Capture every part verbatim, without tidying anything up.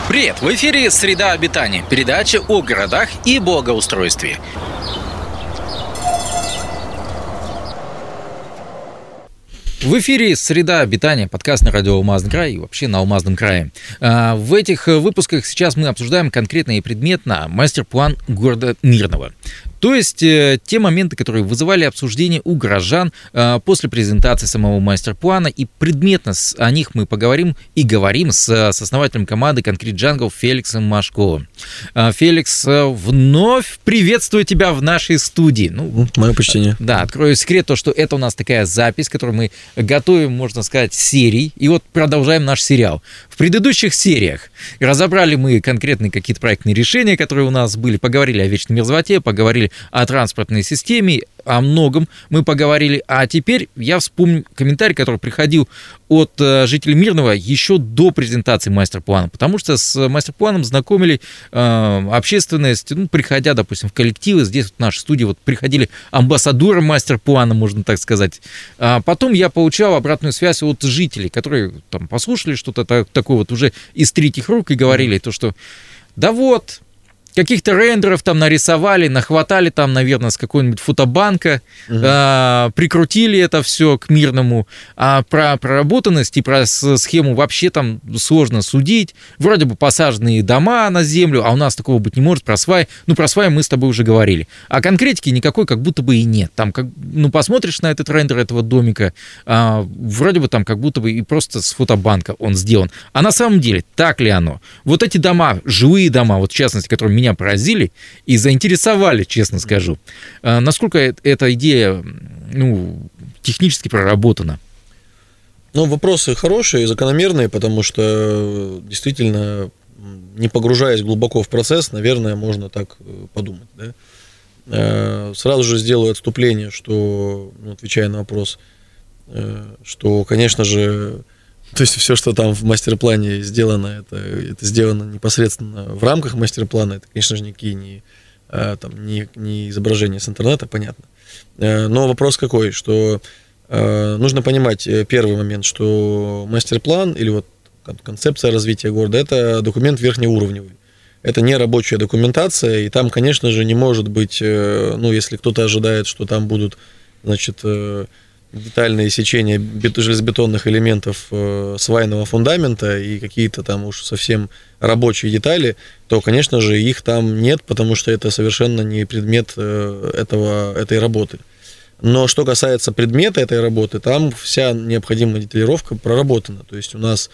Привет! В эфире «Среда обитания», передача о городах и благоустройстве. В эфире «Среда обитания», подкаст на радио «Алмазный край» и вообще на Алмазном крае. В этих выпусках сейчас мы обсуждаем конкретно и предметно мастер-план города Мирного. То есть те моменты, которые вызывали обсуждение у горожан после презентации самого мастер-плана, и предметно о них мы поговорим и говорим с, с основателем команды Concrete Jungle Феликсом Машковым. Феликс, вновь приветствую тебя в нашей студии. Ну, мое почтение. Да, открою секрет, то, что это у нас такая запись, которую мы готовим, можно сказать, серий, и вот продолжаем наш сериал. В предыдущих сериях разобрали мы конкретные какие-то проектные решения, которые у нас были, поговорили о вечной мерзлоте, поговорили о транспортной системе, о многом мы поговорили. А теперь я вспомню комментарий, который приходил от э, жителей Мирного еще до презентации мастер-плана, потому что с мастер-планом знакомили э, общественность, ну, приходя, допустим, в коллективы. Здесь вот в нашей студии вот приходили амбассадоры мастер-плана, можно так сказать. А потом я получал обратную связь от жителей, которые там послушали что-то так, такое вот уже из третьих рук и говорили то, что да вот, каких-то рендеров там нарисовали, нахватали там, наверное, с какой-нибудь фотобанка, угу. а, прикрутили это все к Мирному, а про проработанность и про схему вообще там сложно судить. Вроде бы посаженные дома на землю, а у нас такого быть не может, про сваи. Ну, про сваи мы с тобой уже говорили. А конкретики никакой как будто бы и нет. Там, как, ну, посмотришь на этот рендер этого домика, а, вроде бы там как будто бы и просто с фотобанка он сделан. А на самом деле, так ли оно? Вот эти дома, жилые дома, вот в частности, которые меня поразили и заинтересовали, честно скажу. А насколько эта идея, ну, технически проработана? Ну, вопросы хорошие и закономерные, потому что действительно, не погружаясь глубоко в процесс, наверное, можно так подумать. Да? Сразу же сделаю отступление, что, ну, отвечая на вопрос, что, конечно же, то есть все, что там в мастер-плане сделано, это, это сделано непосредственно в рамках мастер-плана. Это, конечно же, никакие не, там, не, не изображения с интернета, понятно. Но вопрос какой, что нужно понимать первый момент, что мастер-план или вот концепция развития города – это документ верхнеуровневый. Это не рабочая документация, и там, конечно же, не может быть, ну, если кто-то ожидает, что там будут, значит, детальные сечения железобетонных элементов э, свайного фундамента и какие-то там уж совсем рабочие детали, то, конечно же, их там нет, потому что это совершенно не предмет э, этого, этой работы. Но что касается предмета этой работы, там вся необходимая деталировка проработана. То есть у нас,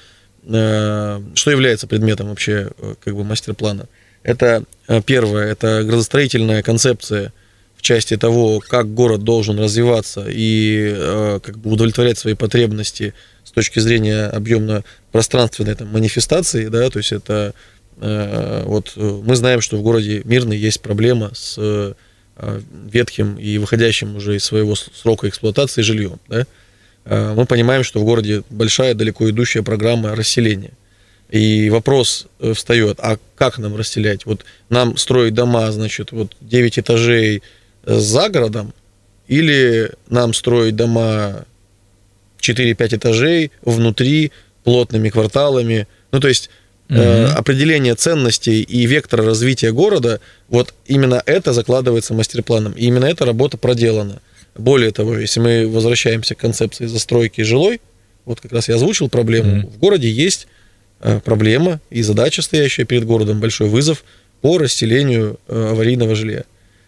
э, что является предметом вообще э, как бы мастер-плана? Это э, первое, это градостроительная концепция в части того, как город должен развиваться и э, как бы удовлетворять свои потребности с точки зрения объемно-пространственной там, манифестации, да, то есть это э, вот мы знаем, что в городе Мирный есть проблема с э, ветхим и выходящим уже из своего срока эксплуатации жильем, да. Э, мы понимаем, что в городе большая, далеко идущая программа расселения. И вопрос встает, а как нам расселять? Вот нам строить дома, значит, вот девять этажей за городом, или нам строить дома четыре-пять этажей внутри, плотными кварталами. Ну, то есть mm-hmm. э, определение ценностей и вектора развития города, вот именно это закладывается мастер-планом, и именно эта работа проделана. Более того, если мы возвращаемся к концепции застройки жилой, вот как раз я озвучил проблему, mm-hmm. в городе есть э, проблема и задача, стоящая перед городом, большой вызов по расселению э, аварийного жилья.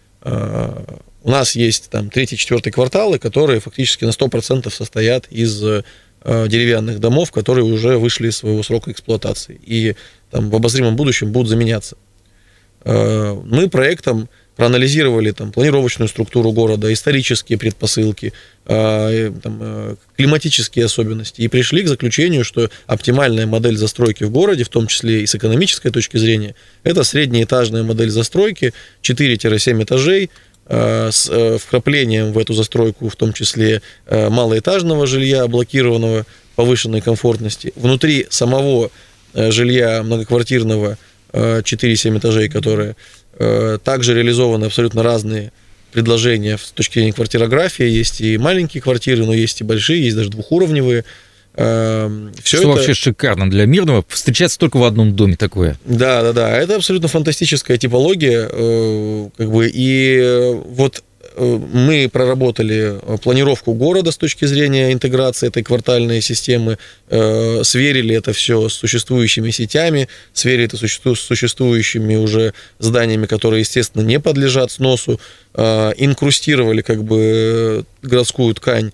У нас есть там третий-четвертый кварталы, которые фактически на сто процентов состоят из э, деревянных домов, которые уже вышли из своего срока эксплуатации и там в обозримом будущем будут заменяться. Э, мы проектом проанализировали там планировочную структуру города, исторические предпосылки, э, там, э, климатические особенности и пришли к заключению, что оптимальная модель застройки в городе, в том числе и с экономической точки зрения, это среднеэтажная модель застройки, четыре-семь этажей, с вкраплением в эту застройку, в том числе малоэтажного жилья, блокированного, повышенной комфортности. Внутри самого жилья многоквартирного четыре-семь этажей, которые также реализованы абсолютно разные предложения с точки зрения квартирографии. Есть и маленькие квартиры, но есть и большие, есть даже двухуровневые. Все Что это... вообще шикарно для Мирного, встречаться только в одном доме такое. Да, да, да, это абсолютно фантастическая типология, как бы, и вот мы проработали планировку города с точки зрения интеграции этой квартальной системы, сверили это все с существующими сетями, сверили это с существующими уже зданиями, которые, естественно, не подлежат сносу, инкрустировали как бы городскую ткань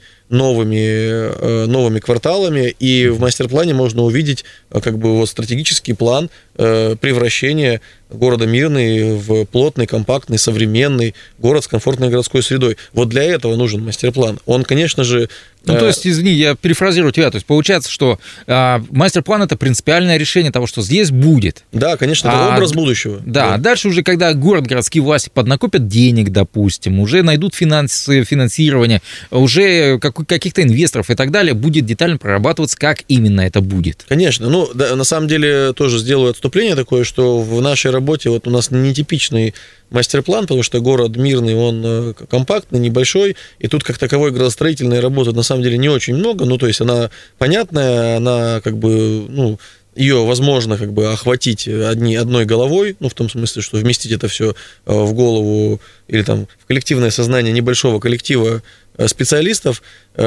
новыми, новыми кварталами, и в мастер-плане можно увидеть как бы вот стратегический план превращения города Мирный в плотный, компактный, современный город с комфортной городской средой. Вот для этого нужен мастер-план. Он, конечно же... Ну, то есть, извини, я перефразирую тебя. То есть, получается, что э, мастер-план – это принципиальное решение того, что здесь будет. Да, конечно, это а, образ будущего. Да, да, дальше уже, когда город, городские власти поднакопят денег, допустим, уже найдут финансы, финансирование, уже как, каких-то инвесторов и так далее, будет детально прорабатываться, как именно это будет. Конечно. Ну, да, на самом деле, тоже сделаю отступление такое, что в нашей работе вот у нас нетипичный мастер-план, потому что город Мирный, он компактный, небольшой, и тут как таковой градостроительной работы на самом деле не очень много, ну, то есть она понятная, она как бы, ну, ее возможно как бы охватить одни, одной головой, ну, в том смысле, что вместить это все в голову или там в коллективное сознание небольшого коллектива специалистов.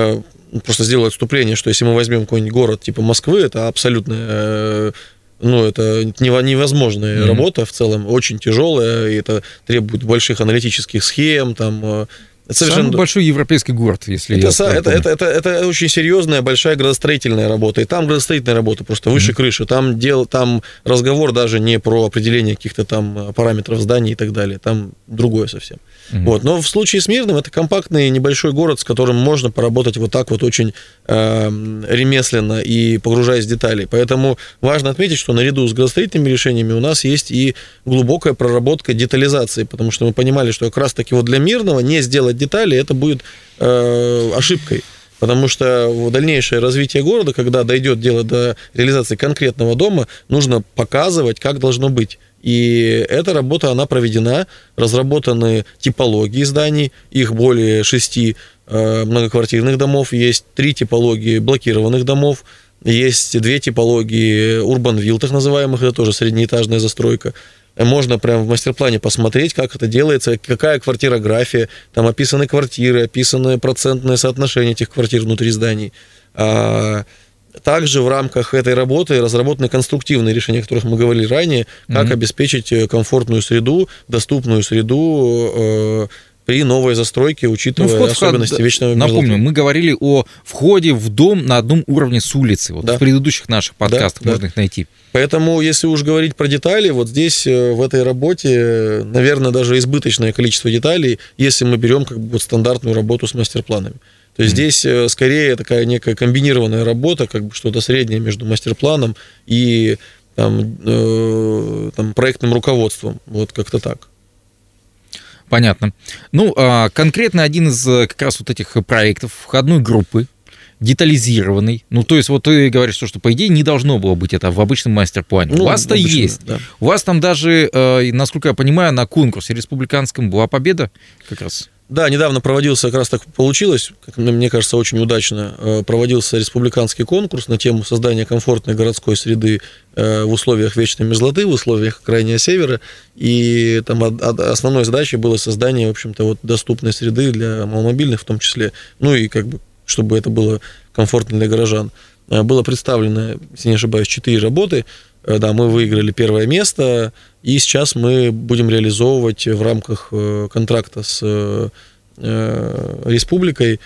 Просто сделаю отступление, что если мы возьмем какой-нибудь город типа Москвы, это абсолютно... Ну, это невозможная mm-hmm. работа в целом, очень тяжелая, и это требует больших аналитических схем, там... Это совершенно... Самый большой европейский город, если это, я это, это, это, это очень серьезная, большая градостроительная работа. И там градостроительная работа просто выше mm-hmm. крыши. Там, дел, там разговор даже не про определение каких-то там параметров зданий и так далее. Там другое совсем. Mm-hmm. Вот. Но в случае с Мирным это компактный небольшой город, с которым можно поработать вот так вот очень э, ремесленно и погружаясь в детали. Поэтому важно отметить, что наряду с градостроительными решениями у нас есть и глубокая проработка детализации, потому что мы понимали, что как раз-таки вот для Мирного не сделать детали, это будет э, ошибкой. Потому что дальнейшее развитие города, когда дойдет дело до реализации конкретного дома, нужно показывать, как должно быть. И эта работа, она проведена, разработаны типологии зданий, их более шести э, многоквартирных домов, есть три типологии блокированных домов, есть две типологии урбан-вилл, так называемых, это тоже среднеэтажная застройка. Можно прямо в мастер-плане посмотреть, как это делается, какая квартирография, там описаны квартиры, описаны процентные соотношения этих квартир внутри зданий. Также в рамках этой работы разработаны конструктивные решения, о которых мы говорили ранее, как mm-hmm. обеспечить комфортную среду, доступную среду при новой застройке, учитывая ну, особенности вечного мерзлоты. Напомню, мы говорили о входе в дом на одном уровне с улицы. Вот да. В предыдущих наших подкастах да, можно да. их найти. Поэтому, если уж говорить про детали, вот здесь, в этой работе, наверное, даже избыточное количество деталей, если мы берем как бы вот стандартную работу с мастер-планами. То есть mm-hmm. здесь скорее такая некая комбинированная работа, как бы что-то среднее между мастер-планом и там, э, там, проектным руководством. Вот как-то так. Понятно. Ну, конкретно один из как раз вот этих проектов входной группы, детализированный. Ну, то есть, вот ты говоришь, что, по идее, не должно было быть это в обычном мастер-плане. Ну, у вас-то есть. Да. У вас там даже, насколько я понимаю, на конкурсе республиканском была победа как раз. Да, недавно проводился, как раз так получилось, как мне кажется, очень удачно, проводился республиканский конкурс на тему создания комфортной городской среды в условиях вечной мерзлоты, в условиях крайнего севера, и там основной задачей было создание, в общем-то, вот доступной среды для маломобильных в том числе, ну и как бы, чтобы это было комфортно для горожан. Было представлено, если не ошибаюсь, четыре работы. Да, мы выиграли первое место, и сейчас мы будем реализовывать в рамках контракта с республикой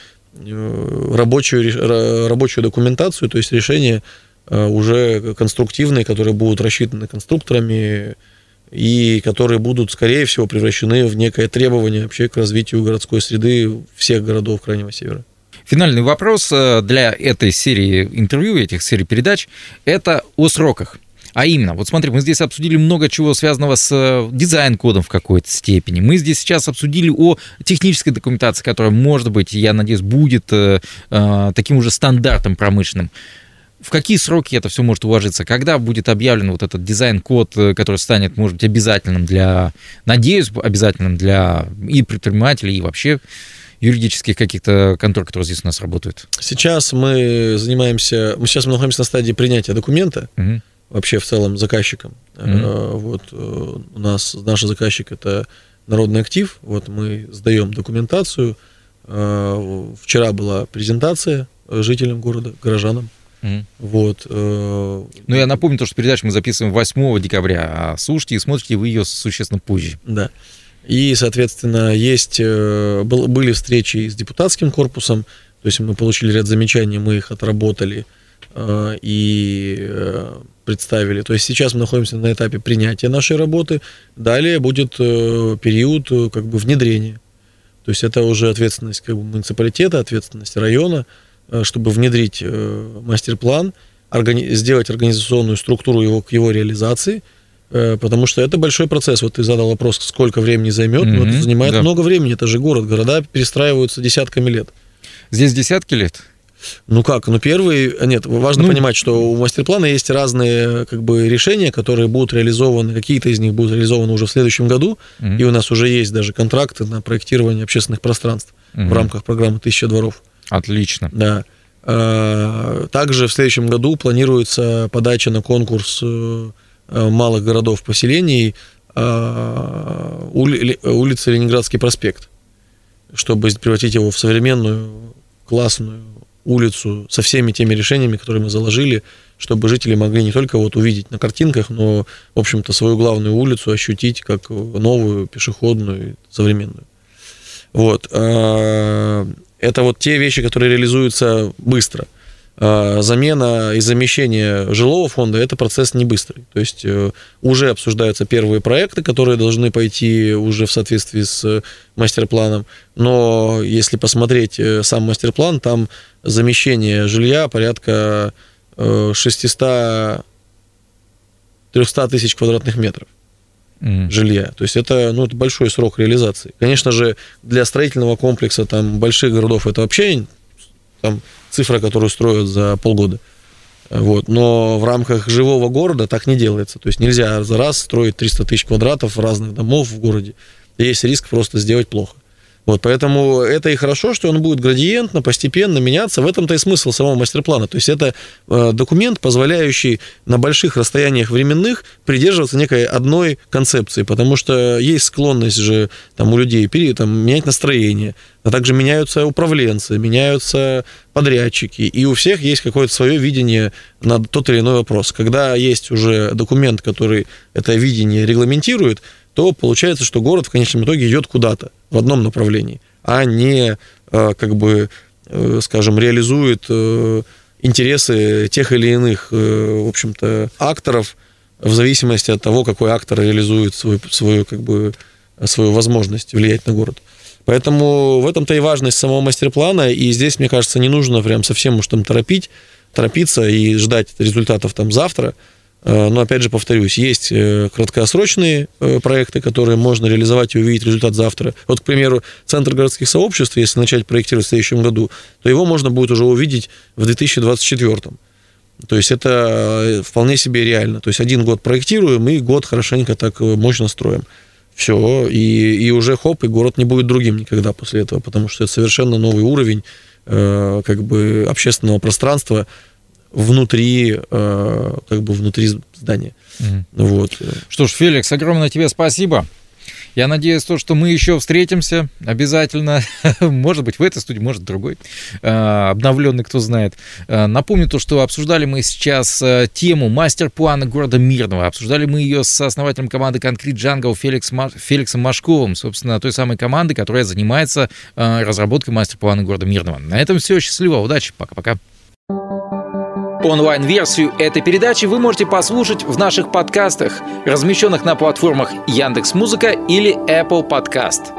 рабочую, рабочую документацию, то есть решения уже конструктивные, которые будут рассчитаны конструкторами и которые будут, скорее всего, превращены в некое требование вообще к развитию городской среды всех городов Крайнего Севера. Финальный вопрос для этой серии интервью, этих серий передач, это о сроках. А именно, вот смотри, мы здесь обсудили много чего связанного с дизайн-кодом в какой-то степени. Мы здесь сейчас обсудили о технической документации, которая, может быть, я надеюсь, будет э, э, таким уже стандартом промышленным. В какие сроки это все может уложиться? Когда будет объявлен вот этот дизайн-код, который станет, может быть, обязательным для, надеюсь, обязательным для и предпринимателей, и вообще юридических каких-то контор, которые здесь у нас работают? Сейчас мы занимаемся, мы сейчас мы находимся на стадии принятия документа, угу. вообще в целом заказчиком. Угу. Вот у нас, наш заказчик — это Народный актив, вот мы сдаем документацию. Вчера была презентация жителям города, горожанам. Mm. Вот. Ну, я напомню, то, что передачу мы записываем восьмого декабря, а слушайте и смотрите вы ее существенно позже. Да. И, соответственно, есть, были встречи с депутатским корпусом, то есть мы получили ряд замечаний, мы их отработали и представили. То есть сейчас мы находимся на этапе принятия нашей работы, далее будет период как бы внедрения. То есть это уже ответственность как бы муниципалитета, ответственность района, чтобы внедрить мастер-план, органи- сделать организационную структуру его, к его реализации, потому что это большой процесс. Вот ты задал вопрос, сколько времени займет, mm-hmm, но это занимает да. много времени, это же город, города перестраиваются десятками лет. Здесь десятки лет? Ну как, ну первый, нет, важно ну, понимать, что у мастер-плана есть разные как бы решения, которые будут реализованы, какие-то из них будут реализованы уже в следующем году, mm-hmm. и у нас уже есть даже контракты на проектирование общественных пространств mm-hmm. в рамках программы «Тысяча дворов». Отлично. Да. Также в следующем году планируется подача на конкурс малых городов поселений улицы Ленинградский проспект, чтобы превратить его в современную, классную улицу со всеми теми решениями, которые мы заложили, чтобы жители могли не только вот увидеть на картинках, но, в общем-то, свою главную улицу ощутить как новую, пешеходную, современную. Вот. Это вот те вещи, которые реализуются быстро. Замена и замещение жилого фонда – это процесс не быстрый. То есть уже обсуждаются первые проекты, которые должны пойти уже в соответствии с мастер-планом. Но если посмотреть сам мастер-план, там замещение жилья порядка шестьсот триста тысяч квадратных метров. Mm. жилья. То есть это, ну, это большой срок реализации. Конечно же, для строительного комплекса там, больших городов это вообще там, цифра, которую строят за полгода. Вот. Но в рамках живого города так не делается. То есть нельзя за раз строить триста тысяч квадратов разных домов в городе. Есть риск просто сделать плохо. Вот, поэтому это и хорошо, что он будет градиентно, постепенно меняться. В этом-то и смысл самого мастер-плана. То есть это э, документ, позволяющий на больших расстояниях временных придерживаться некой одной концепции, потому что есть склонность же там, у людей там, менять настроение, а также меняются управленцы, меняются подрядчики, и у всех есть какое-то свое видение на тот или иной вопрос. Когда есть уже документ, который это видение регламентирует, то получается, что город в конечном итоге идет куда-то в одном направлении, а не, как бы, скажем, реализует интересы тех или иных, в общем-то, акторов в зависимости от того, какой актор реализует свою, свою, как бы, свою возможность влиять на город. Поэтому в этом-то и важность самого мастер-плана, и здесь, мне кажется, не нужно прям совсем уж там торопить, торопиться и ждать результатов там завтра. Но, опять же, повторюсь, есть краткосрочные проекты, которые можно реализовать и увидеть результат завтра. Вот, к примеру, Центр городских сообществ, если начать проектировать в следующем году, то его можно будет уже увидеть в две тысячи двадцать четвёртом. То есть это вполне себе реально. То есть один год проектируем и год хорошенько так мощно строим. Все, и, и уже хоп, и город не будет другим никогда после этого, потому что это совершенно новый уровень э, как бы общественного пространства, внутри, как бы внутри здания. Mm-hmm. Вот. Что ж, Феликс, огромное тебе спасибо. Я надеюсь, то, что мы еще встретимся обязательно. Может быть, в этой студии, может, в другой. Обновленный, кто знает. Напомню то, что обсуждали мы сейчас тему мастер-плана города Мирного. Обсуждали мы ее с основателем команды Concrete Jungle Феликс, Феликсом Машковым. Собственно, той самой команды, которая занимается разработкой мастер-плана города Мирного. На этом все. Счастливо, удачи. Пока-пока. Онлайн-версию этой передачи вы можете послушать в наших подкастах, размещенных на платформах Яндекс.Музыка или Apple Podcast.